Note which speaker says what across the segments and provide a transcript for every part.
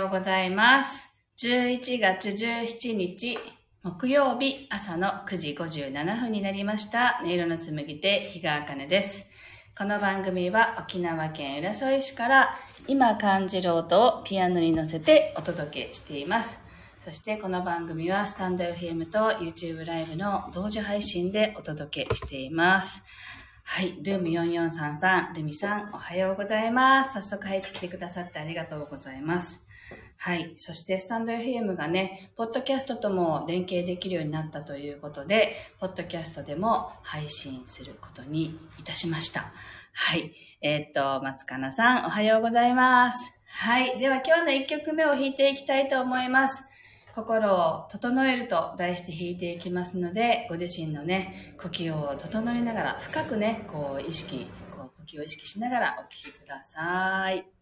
Speaker 1: うございます。11月17日木曜日朝の9時57分になりました。音色の紡手、日川茜です。この番組は沖縄県浦添市から今感じる音をピアノに乗せてお届けしています。そしてこの番組はスタンド FM と YouTube ライブの同時配信でお届けしています。はい、ルーム4433、ルミさんおはようございます。早速入ってきてくださってありがとうございます。はい。そして、スタンド FM がね、ポッドキャストとも連携できるようになったということで、ポッドキャストでも配信することにいたしました。はい。松かなさん、おはようございます。はい。では、今日の1曲目を弾いていきたいと思います。心を整えると題して弾いていきますので、ご自身のね、呼吸を整えながら、深くね、呼吸を意識しながらお聴きください。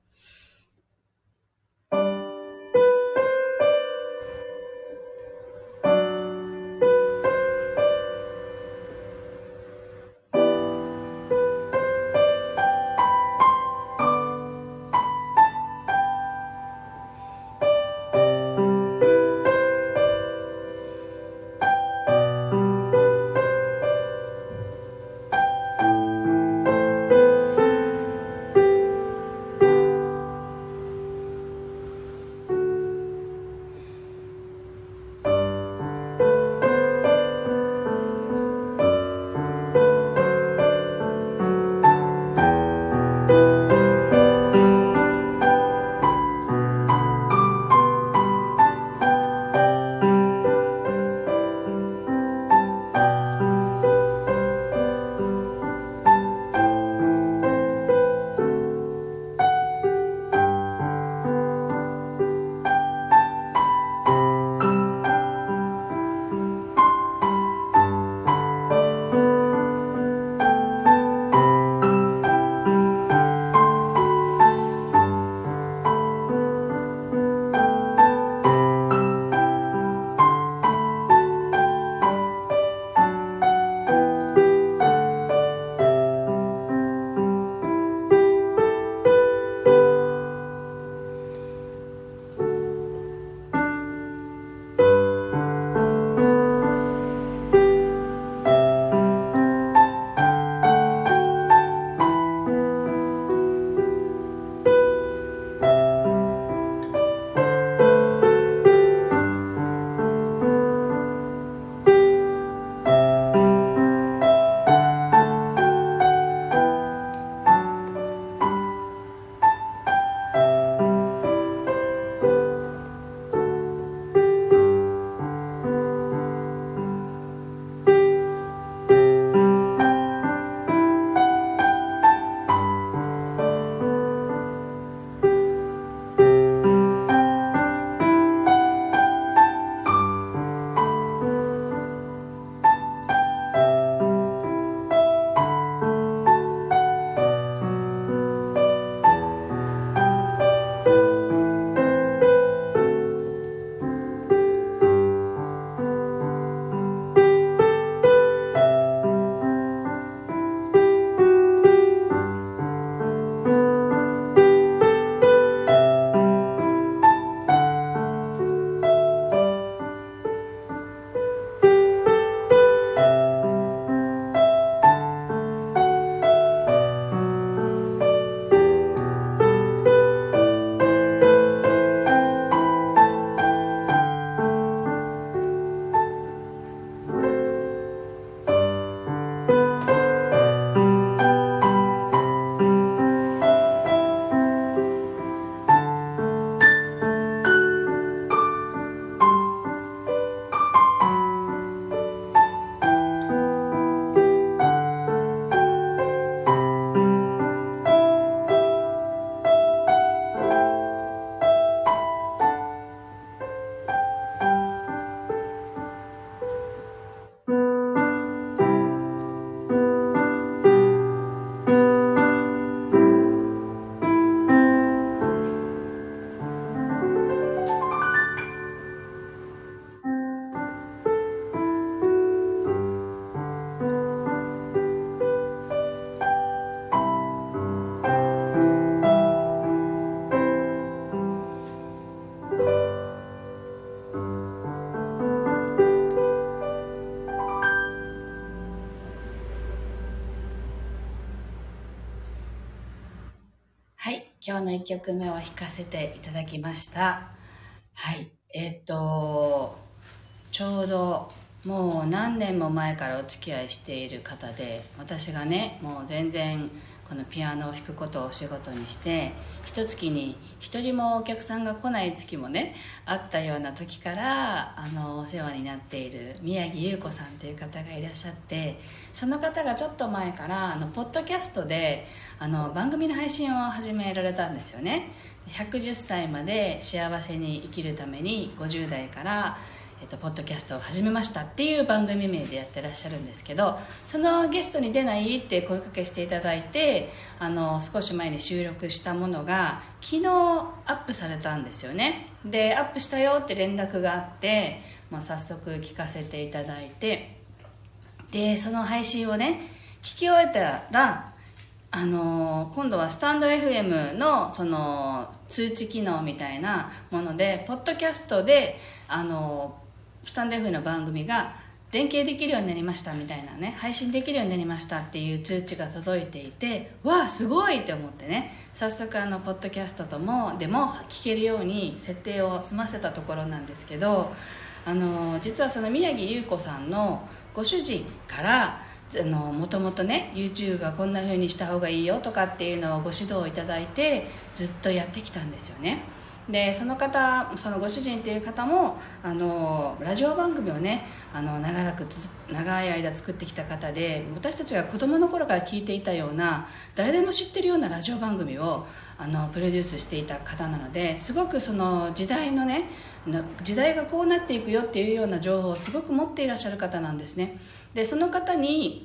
Speaker 1: 今日の1曲目を弾かせていただきました。はい。ちょうどもう何年も前からお付き合いしている方で、私がね、もう全然このピアノを弾くことをお仕事にして、一月に一人もお客さんが来ない月もね、あったような時からお世話になっている宮城優子さんという方がいらっしゃって、その方がちょっと前からポッドキャストで番組の配信を始められたんですよね。110歳まで幸せに生きるために50代からポッドキャストを始めましたっていう番組名でやってらっしゃるんですけど、そのゲストに出ないって声かけしていただいて、少し前に収録したものが昨日アップされたんですよね。でアップしたよって連絡があって、早速聞かせていただいて、でその配信をね聞き終えたら今度はスタンド FM のその通知機能みたいなものでポッドキャストでスタンド FM の番組が連携できるようになりましたみたいなね、配信できるようになりましたっていう通知が届いていて、わあすごいって思ってね、早速ポッドキャストでも聞けるように設定を済ませたところなんですけど、実はその宮城優子さんのご主人からもともとね YouTube はこんな風にした方がいいよとかっていうのをご指導いただいてずっとやってきたんですよね。でそのご主人っていう方もラジオ番組をね長い間作ってきた方で、私たちが子供の頃から聞いていたような誰でも知ってるようなラジオ番組をプロデュースしていた方なので、すごくその時代のね時代がこうなっていくよっていうような情報をすごく持っていらっしゃる方なんですね。でその方に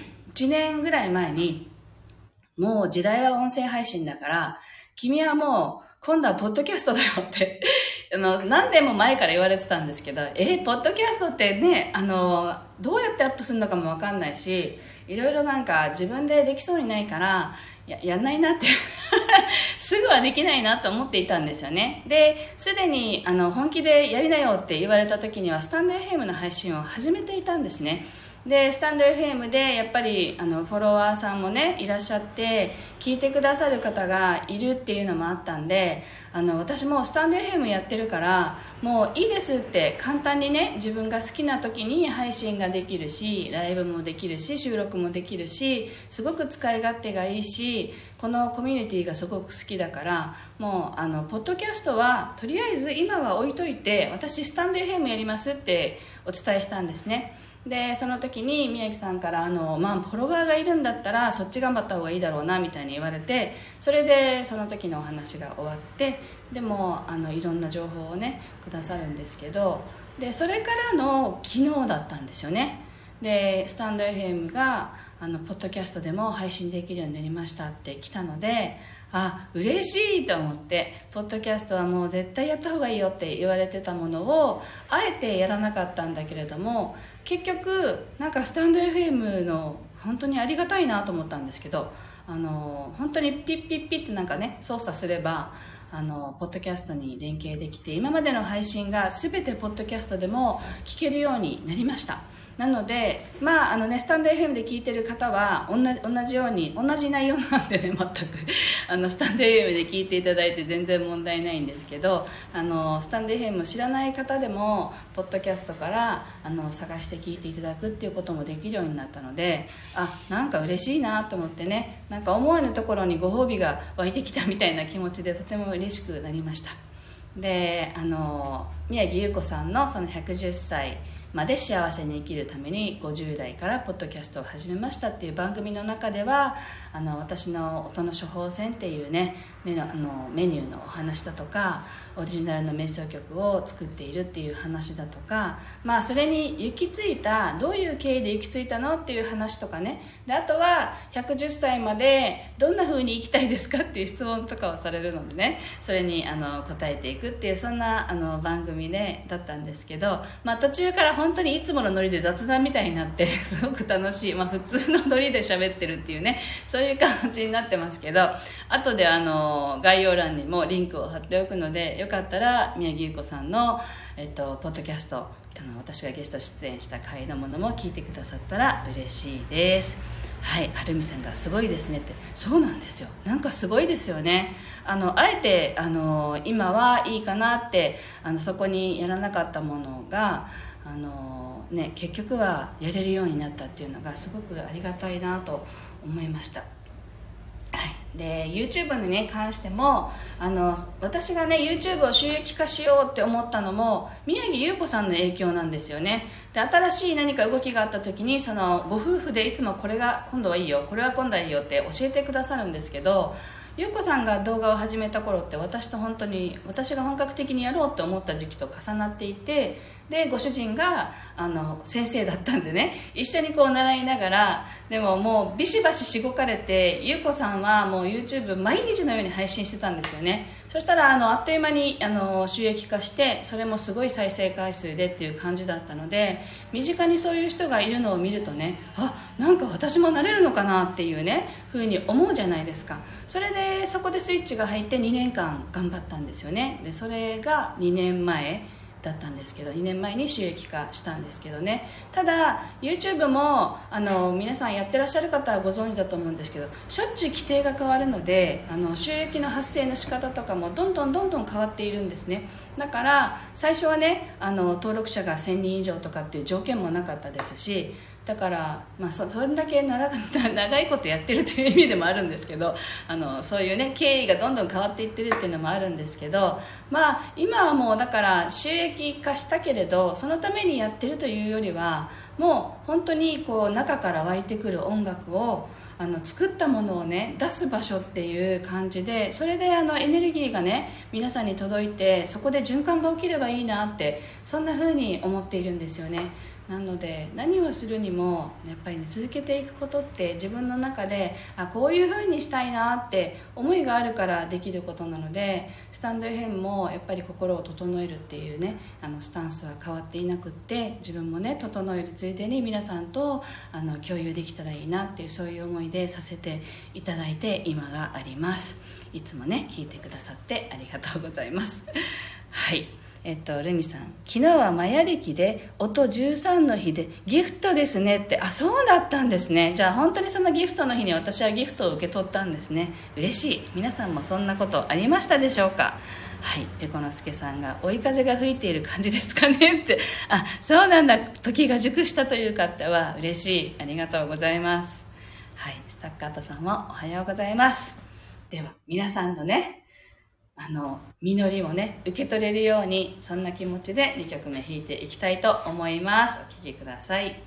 Speaker 1: 1年ぐらい前に、もう時代は音声配信だから君はもう今度はポッドキャストだよって何年も前から言われてたんですけど、ポッドキャストってねどうやってアップするのかも分かんないし、いろいろなんか自分でできそうにないからやんないなってすぐはできないなと思っていたんですよね。ですでに本気でやりなよって言われた時にはスタンド FM の配信を始めていたんですね。でスタンド FM でやっぱりフォロワーさんもねいらっしゃって聞いてくださる方がいるっていうのもあったんで、私もスタンド FM やってるからもういいですって簡単にね自分が好きな時に配信ができるし、ライブもできるし収録もできるし、すごく使い勝手がいいし、このコミュニティがすごく好きだから、もうポッドキャストはとりあえず今は置いといて私スタンド FM やりますってお伝えしたんですね。でその時に宮城さんからフォロワーがいるんだったらそっち頑張った方がいいだろうなみたいに言われて、それでその時のお話が終わって、でもいろんな情報をねくださるんですけど、でそれからの昨日だったんですよね。でスタンド FM がポッドキャストでも配信できるようになりましたって来たので、嬉しいと思って、ポッドキャストはもう絶対やった方がいいよって言われてたものをあえてやらなかったんだけれども、結局なんかスタンド FM の本当にありがたいなと思ったんですけど、本当にピッピッピッってなんかね操作すればポッドキャストに連携できて、今までの配信が全てポッドキャストでも聞けるようになりました。なのでスタンド FM で聞いてる方は同じように同じ内容なんでね、全くスタンド FM で聞いていただいて全然問題ないんですけど、スタンド FM を知らない方でもポッドキャストから探して聞いていただくっていうこともできるようになったので、なんか嬉しいなと思ってね、なんか思わぬところにご褒美が湧いてきたみたいな気持ちでとても嬉しくなりました。で宮城優子さんのその110歳まで幸せに生きるために50代からポッドキャストを始めましたっていう番組の中では私の音の処方箋っていうねメニューのお話だとか、オリジナルの瞑想曲を作っているっていう話だとか、それに行き着いた、どういう経緯で行き着いたのっていう話とかね、であとは110歳までどんな風に生きたいですかっていう質問とかをされるのでね、それに答えていくっていうそんな番組だったんですけど、途中から本当にいつものノリで雑談みたいになってすごく楽しい、普通のノリで喋ってるっていうね、そういう感じになってますけど、後で概要欄にもリンクを貼っておくので、よかったら宮城優子さんの、ポッドキャスト私がゲスト出演した回のものも聞いてくださったら嬉しいです。 はい、はるみさんがすごいですねって。そうなんですよ。なんかすごいですよね。あえて今はいいかなってそこにやらなかったものが結局はやれるようになったっていうのがすごくありがたいなと思いました。で YouTube に、ね、関しても私がね YouTube を収益化しようって思ったのも宮城優子さんの影響なんですよね。で新しい何か動きがあった時にご夫婦でいつもこれが今度はいいよ、これは今度はいいよって教えてくださるんですけど、優子さんが動画を始めた頃って私が本格的にやろうって思った時期と重なっていて、でご主人が先生だったんでね、一緒にこう習いながら、でももうビシバシしごかれて、優子さんはもう YouTube 毎日のように配信してたんですよね。そしたらあっという間に収益化して、それもすごい再生回数でっていう感じだったので、身近にそういう人がいるのを見るとね、なんか私もなれるのかなっていうね風に思うじゃないですか。それでそこでスイッチが入って2年間頑張ったんですよね。でそれが2年前だったんですけど、2年前に収益化したんですけどね。ただ YouTube も皆さんやってらっしゃる方はご存知だと思うんですけど、しょっちゅう規定が変わるので収益の発生の仕方とかもどんどん変わっているんですね。だから最初はね登録者が1000人以上とかっていう条件もなかったですし、だから、それだけ長いことやってるという意味でもあるんですけど、そういうね経緯がどんどん変わっていってるっていうのもあるんですけど、今はもうだから収益化したけれどそのためにやってるというよりは、もう本当にこう中から湧いてくる音楽を作ったものをね出す場所っていう感じで、それでエネルギーがね皆さんに届いて、そこで循環が起きればいいなって、そんな風に思っているんですよね。なので何をするにもやっぱりね続けていくことって、自分の中でこういう風にしたいなって思いがあるからできることなので、スタンド FM もやっぱり心を整えるっていうねスタンスは変わっていなくって、自分もね整えるついでに皆さんと共有できたらいいなっていう、そういう思いでさせていただいて今があります。いつもね聞いてくださってありがとうございますはい、ルミさん、昨日はマヤ暦で音13の日でギフトですねって。そうだったんですね。じゃあ本当にそのギフトの日に私はギフトを受け取ったんですね。嬉しい。皆さんもそんなことありましたでしょうか。はい、ペコのすけさんが追い風が吹いている感じですかねって。そうなんだ、時が熟したという方は嬉しい。ありがとうございます。はい、スタッカートさんもおはようございます。では皆さんのね実りもね受け取れるように、そんな気持ちで2曲目弾いていきたいと思います。お聴きください。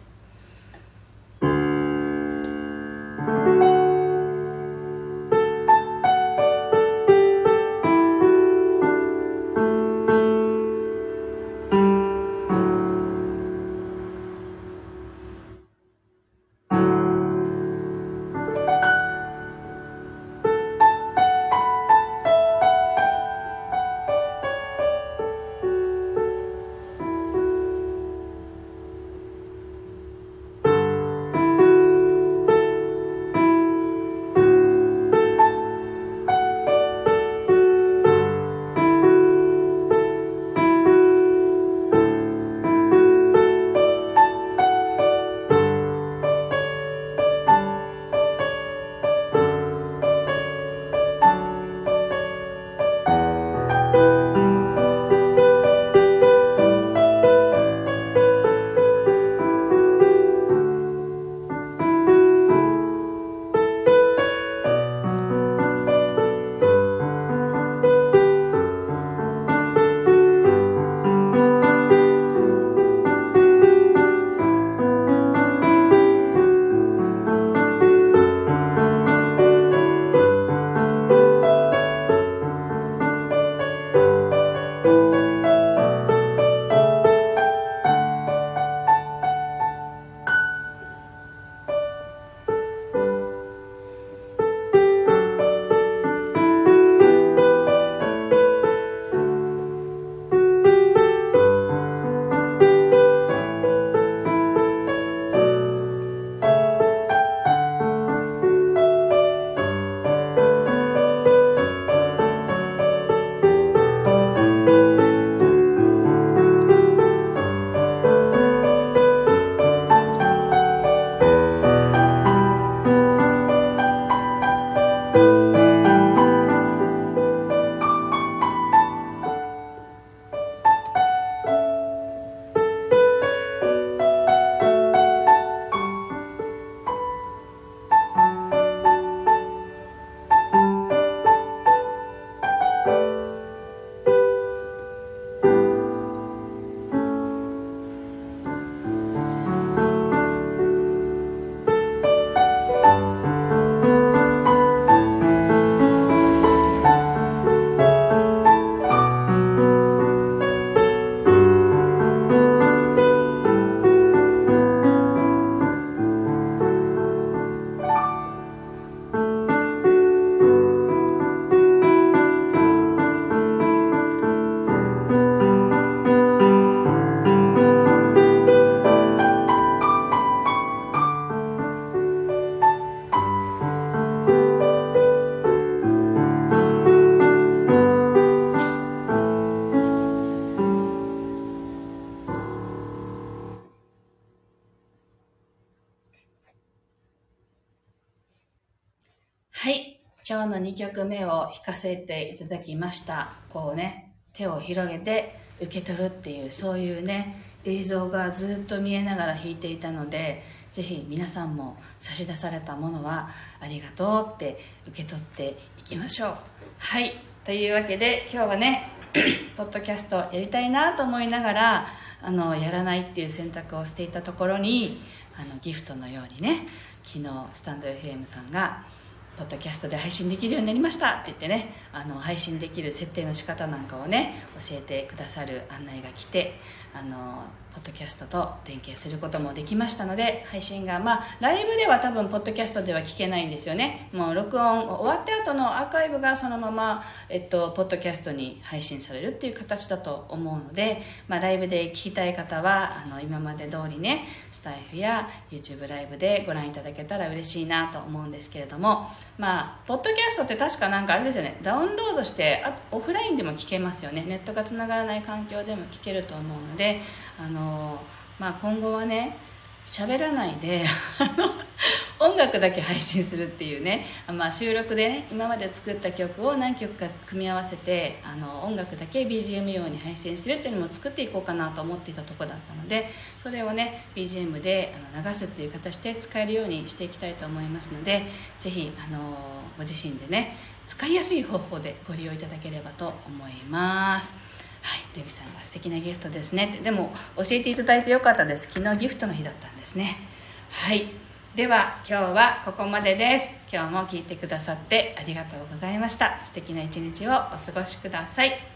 Speaker 1: はい。今日の2曲目を弾かせていただきました。こうね、手を広げて受け取るっていう、そういうね、映像がずっと見えながら弾いていたので、ぜひ皆さんも差し出されたものはありがとうって受け取っていきましょう。はい。というわけで今日はね、ポッドキャストやりたいなと思いながら、やらないっていう選択をしていたところに、ギフトのようにね、昨日スタンド FM さんがポッドキャストで配信できるようになりましたって言ってね、配信できる設定の仕方なんかをね教えてくださる案内が来て、ポッドキャストと連携することもできましたので、配信がライブでは多分ポッドキャストでは聞けないんですよね。もう録音終わった後のアーカイブがそのまま、ポッドキャストに配信されるっていう形だと思うので、ライブで聞きたい方は今まで通りね、スタイフや YouTube ライブでご覧いただけたら嬉しいなと思うんですけれども、ポッドキャストって確かなんかあれですよね、ダウンロードしてオフラインでも聞けますよね。ネットがつながらない環境でも聞けると思うので、今後はね、喋らないで音楽だけ配信するっていうね、収録でね、今まで作った曲を何曲か組み合わせて音楽だけ BGM 用に配信するっていうのも作っていこうかなと思っていたところだったので、それをね BGM で流すっていう形で使えるようにしていきたいと思いますので、ぜひご自身でね使いやすい方法でご利用いただければと思います。はい、レビさんが素敵なギフトですねって。でも教えていただいてよかったです。昨日ギフトの日だったんですね。はい、では今日はここまでです。今日も聞いてくださってありがとうございました。素敵な一日をお過ごしください。